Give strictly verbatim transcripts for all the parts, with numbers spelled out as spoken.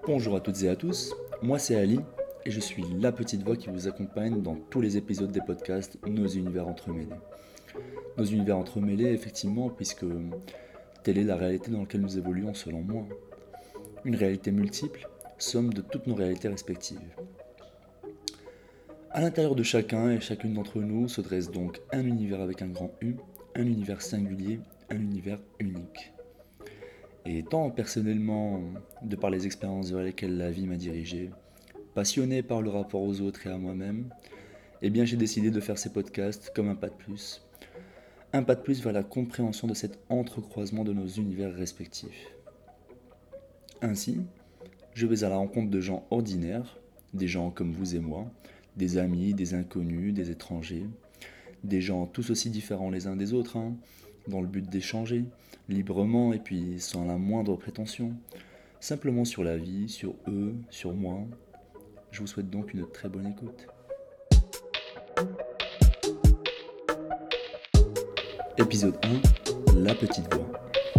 Bonjour à toutes et à tous, moi c'est Ali et je suis la petite voix qui vous accompagne dans tous les épisodes des podcasts Nos univers entremêlés. Nos univers entremêlés, effectivement, puisque telle est la réalité dans laquelle nous évoluons selon moi. Une réalité multiple, somme de toutes nos réalités respectives. À l'intérieur de chacun et chacune d'entre nous se dresse donc un univers avec un grand U, un univers singulier, un univers unique. Et tant personnellement, de par les expériences vers lesquelles la vie m'a dirigé, passionné par le rapport aux autres et à moi-même, eh bien j'ai décidé de faire ces podcasts comme un pas de plus. Un pas de plus vers la compréhension de cet entrecroisement de nos univers respectifs. Ainsi, je vais à la rencontre de gens ordinaires, des gens comme vous et moi, des amis, des inconnus, des étrangers, des gens tous aussi différents les uns des autres, hein, dans le but d'échanger, librement et puis sans la moindre prétention, simplement sur la vie, sur eux, sur moi. Je vous souhaite donc une très bonne écoute. Épisode un, La petite voix.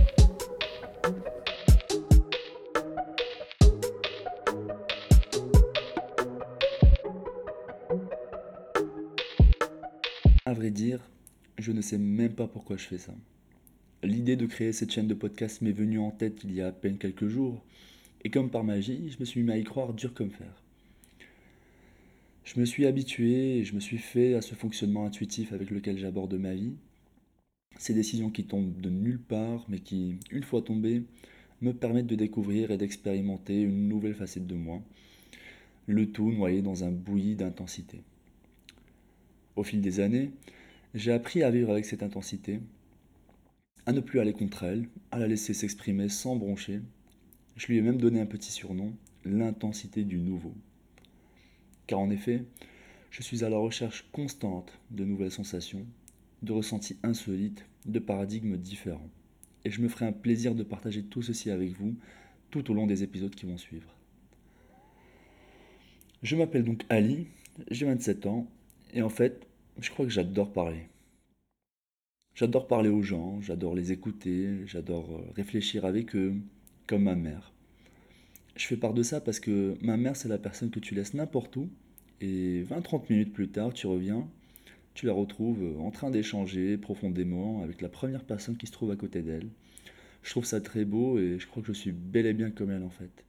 À vrai dire, je ne sais même pas pourquoi je fais ça. L'idée de créer cette chaîne de podcast m'est venue en tête il y a à peine quelques jours, et comme par magie, je me suis mis à y croire dur comme fer. Je me suis habitué et je me suis fait à ce fonctionnement intuitif avec lequel j'aborde ma vie. Ces décisions qui tombent de nulle part, mais qui, une fois tombées, me permettent de découvrir et d'expérimenter une nouvelle facette de moi, le tout noyé dans un bouilli d'intensité. Au fil des années, j'ai appris à vivre avec cette intensité, à ne plus aller contre elle, à la laisser s'exprimer sans broncher. Je lui ai même donné un petit surnom, l'intensité du nouveau. Car en effet, je suis à la recherche constante de nouvelles sensations, de ressentis insolites, de paradigmes différents. Et je me ferai un plaisir de partager tout ceci avec vous tout au long des épisodes qui vont suivre. Je m'appelle donc Ali, j'ai vingt-sept ans, et en fait, je crois que j'adore parler. J'adore parler aux gens, j'adore les écouter, j'adore réfléchir avec eux, comme ma mère. Je fais part de ça parce que ma mère, c'est la personne que tu laisses n'importe où, et vingt à trente minutes plus tard, tu reviens, tu la retrouves en train d'échanger profondément avec la première personne qui se trouve à côté d'elle. Je trouve ça très beau et je crois que je suis bel et bien comme elle en fait.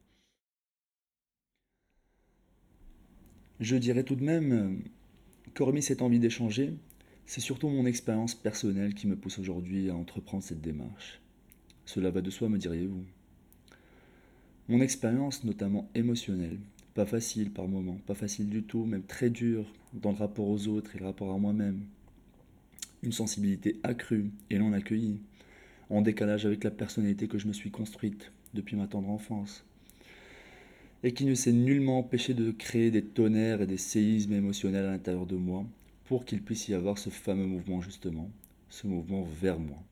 Je dirais tout de même qu'hormis cette envie d'échanger, c'est surtout mon expérience personnelle qui me pousse aujourd'hui à entreprendre cette démarche. Cela va de soi, me diriez-vous. Mon expérience, notamment émotionnelle, pas facile par moments, pas facile du tout, même très dure dans le rapport aux autres et le rapport à moi-même. Une sensibilité accrue et non accueillie, en décalage avec la personnalité que je me suis construite depuis ma tendre enfance, et qui ne s'est nullement empêché de créer des tonnerres et des séismes émotionnels à l'intérieur de moi, pour qu'il puisse y avoir ce fameux mouvement justement, ce mouvement vers moi.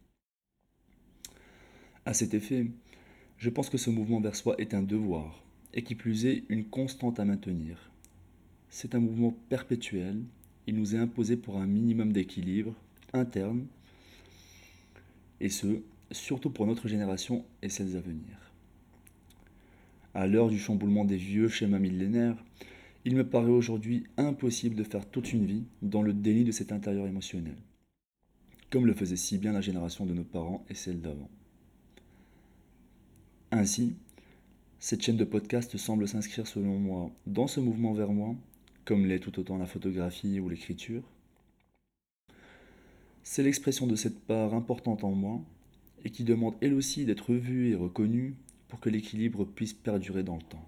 À cet effet, je pense que ce mouvement vers soi est un devoir, et qui plus est une constante à maintenir. C'est un mouvement perpétuel, il nous est imposé pour un minimum d'équilibre interne, et ce, surtout pour notre génération et celles à venir. À l'heure du chamboulement des vieux schémas millénaires, il me paraît aujourd'hui impossible de faire toute une vie dans le déni de cet intérieur émotionnel, comme le faisait si bien la génération de nos parents et celle d'avant. Ainsi, cette chaîne de podcast semble s'inscrire selon moi dans ce mouvement vers moi, comme l'est tout autant la photographie ou l'écriture. C'est l'expression de cette part importante en moi et qui demande elle aussi d'être vue et reconnue pour que l'équilibre puisse perdurer dans le temps.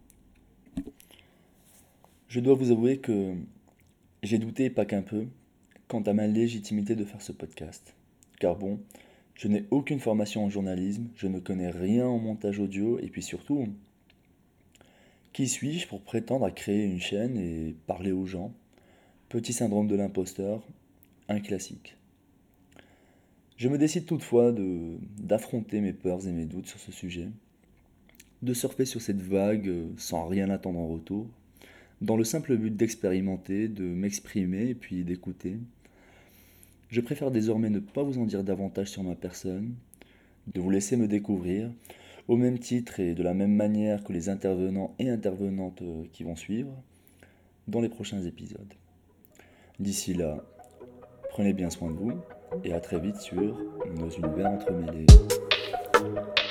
Je dois vous avouer que j'ai douté, pas qu'un peu, quant à ma légitimité de faire ce podcast. Car bon, je n'ai aucune formation en journalisme, je ne connais rien en montage audio, et puis surtout, qui suis-je pour prétendre à créer une chaîne et parler aux gens? Petit syndrome de l'imposteur, un classique. Je me décide toutefois de, d'affronter mes peurs et mes doutes sur ce sujet, de surfer sur cette vague sans rien attendre en retour, dans le simple but d'expérimenter, de m'exprimer et puis d'écouter. Je préfère désormais ne pas vous en dire davantage sur ma personne, de vous laisser me découvrir, au même titre et de la même manière que les intervenants et intervenantes qui vont suivre dans les prochains épisodes. D'ici là, prenez bien soin de vous et à très vite sur Nos univers entremêlés.